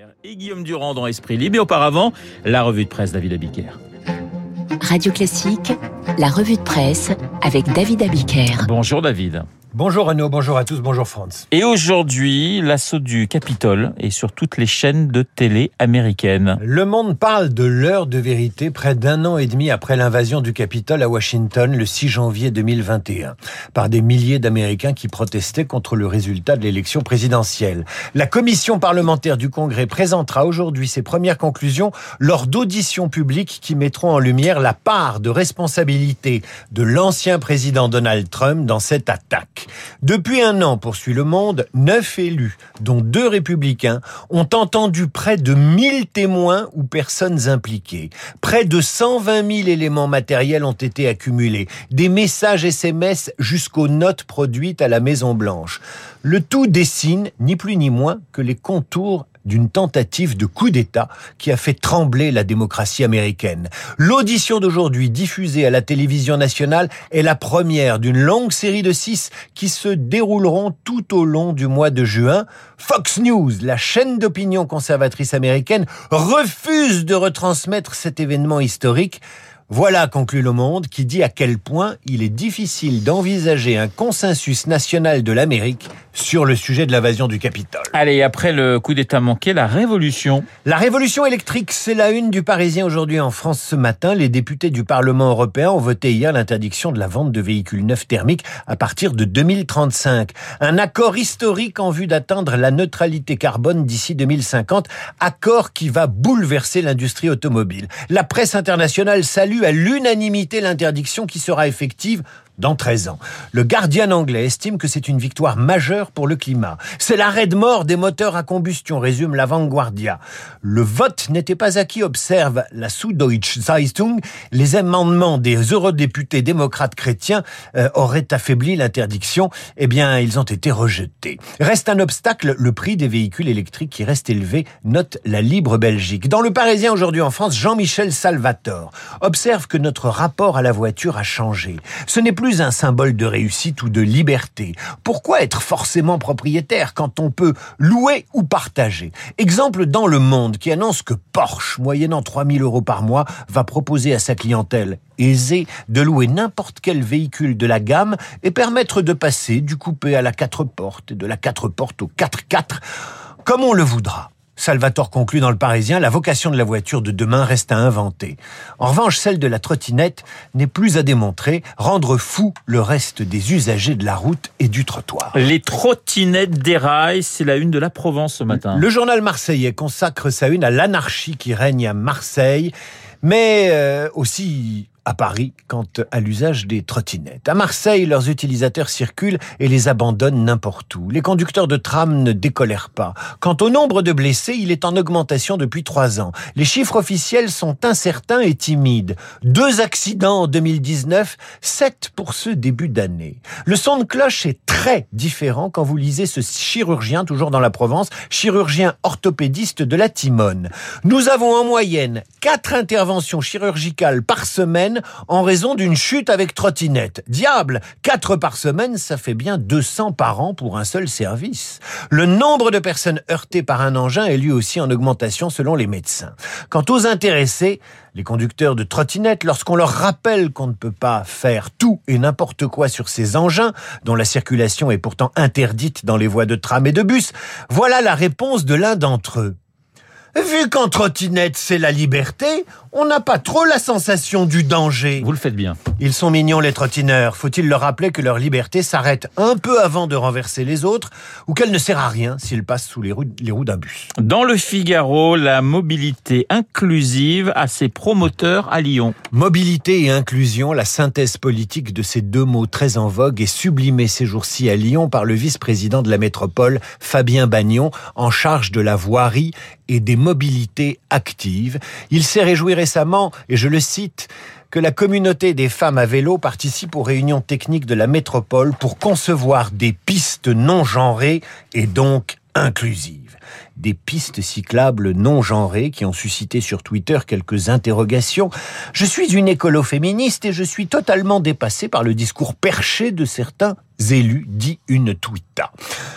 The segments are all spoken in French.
Et Guillaume Durand dans Esprit Libre. Mais auparavant, la revue de presse David Abiker. Radio Classique, la revue de presse avec David Abiker. Bonjour David. Bonjour Renaud, bonjour à tous, bonjour France. Et aujourd'hui, l'assaut du Capitole est sur toutes les chaînes de télé américaines. Le Monde parle de l'heure de vérité près d'un an et demi après l'invasion du Capitole à Washington le 6 janvier 2021 par des milliers d'Américains qui protestaient contre le résultat de l'élection présidentielle. La commission parlementaire du Congrès présentera aujourd'hui ses premières conclusions lors d'auditions publiques qui mettront en lumière la part de responsabilité de l'ancien président Donald Trump dans cette attaque. Depuis un an, poursuit Le Monde, 9 élus, dont 2 républicains, ont entendu près de 1000 témoins ou personnes impliquées. Près de 120 000 éléments matériels ont été accumulés, des messages SMS jusqu'aux notes produites à la Maison-Blanche. Le tout dessine, ni plus ni moins, que les contours d'une tentative de coup d'État qui a fait trembler la démocratie américaine. L'audition d'aujourd'hui, diffusée à la télévision nationale, est la première d'une longue série de 6 qui se dérouleront tout au long du mois de juin. Fox News, la chaîne d'opinion conservatrice américaine, refuse de retransmettre cet événement historique. Voilà, conclut Le Monde, qui dit à quel point il est difficile d'envisager un consensus national de l'Amérique sur le sujet de l'invasion du Capitole. Allez, après le coup d'État manqué, la révolution. La révolution électrique, c'est la une du Parisien aujourd'hui en France ce matin. Les députés du Parlement européen ont voté hier l'interdiction de la vente de véhicules neufs thermiques à partir de 2035. Un accord historique en vue d'atteindre la neutralité carbone d'ici 2050. Accord qui va bouleverser l'industrie automobile. La presse internationale salue à l'unanimité l'interdiction qui sera effective dans 13 ans. Le Guardian anglais estime que c'est une victoire majeure pour le climat. C'est l'arrêt de mort des moteurs à combustion, résume la Vanguardia. Le vote n'était pas acquis, observe la Süddeutsche Zeitung. Les amendements des eurodéputés démocrates chrétiens auraient affaibli l'interdiction. Eh bien, ils ont été rejetés. Reste un obstacle, le prix des véhicules électriques qui reste élevé, note la Libre Belgique. Dans le Parisien aujourd'hui en France, Jean-Michel Salvatore observe que notre rapport à la voiture a changé. Ce n'est plus un symbole de réussite ou de liberté. Pourquoi être forcément propriétaire quand on peut louer ou partager ? Exemple dans Le Monde qui annonce que Porsche, moyennant 3 000 € par mois, va proposer à sa clientèle aisée de louer n'importe quel véhicule de la gamme et permettre de passer du coupé à la 4 portes et de la 4 portes au 4x4 comme on le voudra. Salvatore conclut dans Le Parisien, la vocation de la voiture de demain reste à inventer. En revanche, celle de la trottinette n'est plus à démontrer, rendre fou le reste des usagers de la route et du trottoir. Les trottinettes déraillent, c'est la une de la Provence ce matin. Le journal marseillais consacre sa une à l'anarchie qui règne à Marseille, mais aussi à Paris quant à l'usage des trottinettes. À Marseille, leurs utilisateurs circulent et les abandonnent n'importe où. Les conducteurs de tram ne décolèrent pas. Quant au nombre de blessés, il est en augmentation depuis 3 ans. Les chiffres officiels sont incertains et timides. 2 accidents en 2019, 7 pour ce début d'année. Le son de cloche est très différent quand vous lisez ce chirurgien, toujours dans la Provence, chirurgien orthopédiste de la Timone. Nous avons en moyenne 4 interventions chirurgicales par semaine en raison d'une chute avec trottinette. Diable, 4 par semaine, ça fait bien 200 par an pour un seul service. Le nombre de personnes heurtées par un engin est lui aussi en augmentation selon les médecins. Quant aux intéressés, les conducteurs de trottinettes, lorsqu'on leur rappelle qu'on ne peut pas faire tout et n'importe quoi sur ces engins, dont la circulation est pourtant interdite dans les voies de tram et de bus, voilà la réponse de l'un d'entre eux. Vu qu'en trottinette, c'est la liberté, on n'a pas trop la sensation du danger. Vous le faites bien. Ils sont mignons, les trottineurs. Faut-il leur rappeler que leur liberté s'arrête un peu avant de renverser les autres ou qu'elle ne sert à rien s'ils passent sous les roues d'un bus. Dans le Figaro, la mobilité inclusive a ses promoteurs à Lyon. Mobilité et inclusion, la synthèse politique de ces 2 mots très en vogue est sublimée ces jours-ci à Lyon par le vice-président de la métropole, Fabien Bagnon, en charge de la voirie et des mobilités actives. Il s'est réjoui récemment, et je le cite, que la communauté des femmes à vélo participe aux réunions techniques de la métropole pour concevoir des pistes non genrées et donc inclusives. Des pistes cyclables non genrées qui ont suscité sur Twitter quelques interrogations. Je suis une écolo-féministe et je suis totalement dépassée par le discours perché de certains élus, dit une tweeta.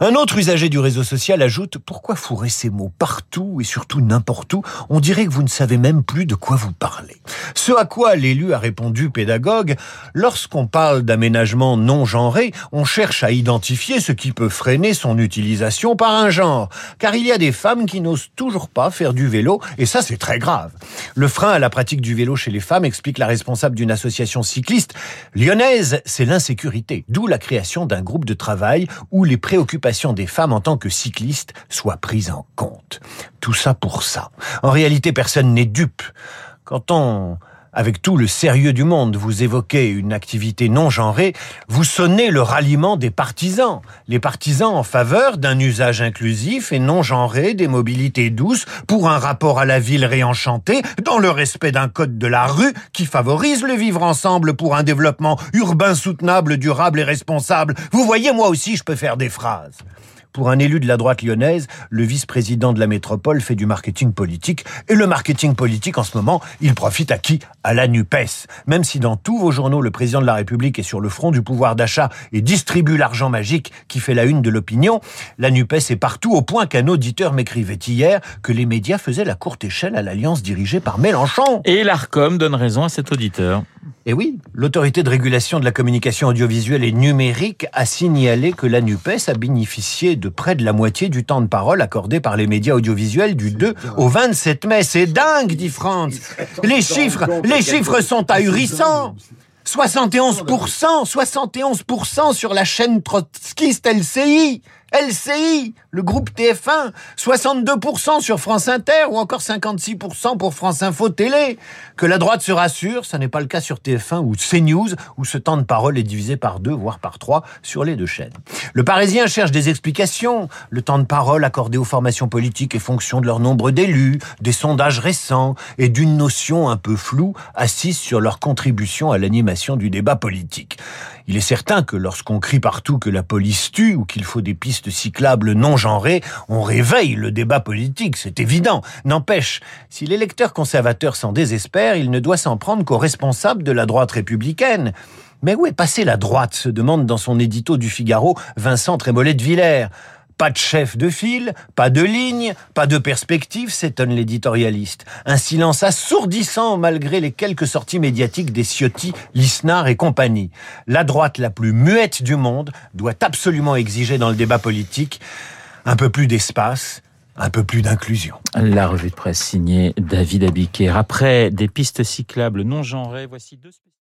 Un autre usager du réseau social ajoute « Pourquoi fourrer ces mots partout et surtout n'importe où ? On dirait que vous ne savez même plus de quoi vous parlez. » Ce à quoi l'élu a répondu pédagogue « Lorsqu'on parle d'aménagement non genré, on cherche à identifier ce qui peut freiner son utilisation par un genre. Car il y a des femmes qui n'osent toujours pas faire du vélo et ça c'est très grave. » Le frein à la pratique du vélo chez les femmes, explique la responsable d'une association cycliste lyonnaise, c'est l'insécurité. D'où la création d'un groupe de travail où les préoccupations des femmes en tant que cyclistes soient prises en compte. Tout ça pour ça. En réalité, personne n'est dupe. Quand avec tout le sérieux du monde, vous évoquez une activité non genrée, vous sonnez le ralliement des partisans. Les partisans en faveur d'un usage inclusif et non genré des mobilités douces pour un rapport à la ville réenchanté dans le respect d'un code de la rue qui favorise le vivre ensemble pour un développement urbain soutenable, durable et responsable. Vous voyez, moi aussi, je peux faire des phrases. Pour un élu de la droite lyonnaise, le vice-président de la métropole fait du marketing politique. Et le marketing politique, en ce moment, il profite à qui ? À la NUPES. Même si dans tous vos journaux, le président de la République est sur le front du pouvoir d'achat et distribue l'argent magique qui fait la une de l'opinion, la NUPES est partout au point qu'un auditeur m'écrivait hier que les médias faisaient la courte échelle à l'alliance dirigée par Mélenchon. Et l'ARCOM donne raison à cet auditeur. Et oui, l'autorité de régulation de la communication audiovisuelle et numérique a signalé que la NUPES a bénéficié de près de la moitié du temps de parole accordé par les médias audiovisuels du 2 au 27 mai. C'est dingue, dit Franz. Les chiffres sont ahurissants. 71% sur la chaîne trotskiste LCI, le groupe TF1, 62% sur France Inter ou encore 56% pour France Info Télé. Que la droite se rassure, ça n'est pas le cas sur TF1 ou CNews où ce temps de parole est divisé par 2 voire par 3 sur les 2 chaînes. Le Parisien cherche des explications. Le temps de parole accordé aux formations politiques est fonction de leur nombre d'élus, des sondages récents et d'une notion un peu floue assise sur leur contribution à l'animation du débat politique. Il est certain que lorsqu'on crie partout que la police tue ou qu'il faut des pistes cyclables non genrées, on réveille le débat politique, c'est évident. N'empêche, si l'électeur conservateur s'en désespère, il ne doit s'en prendre qu'aux responsables de la droite républicaine. Mais où est passée la droite, se demande dans son édito du Figaro Vincent Trémollet de Villers. Pas de chef de file, pas de ligne, pas de perspective, s'étonne l'éditorialiste. Un silence assourdissant malgré les quelques sorties médiatiques des Ciotti, Lisnard et compagnie. La droite la plus muette du monde doit absolument exiger dans le débat politique un peu plus d'espace, un peu plus d'inclusion. La revue de presse signée David Abiker. Après des pistes cyclables non genrées, voici 2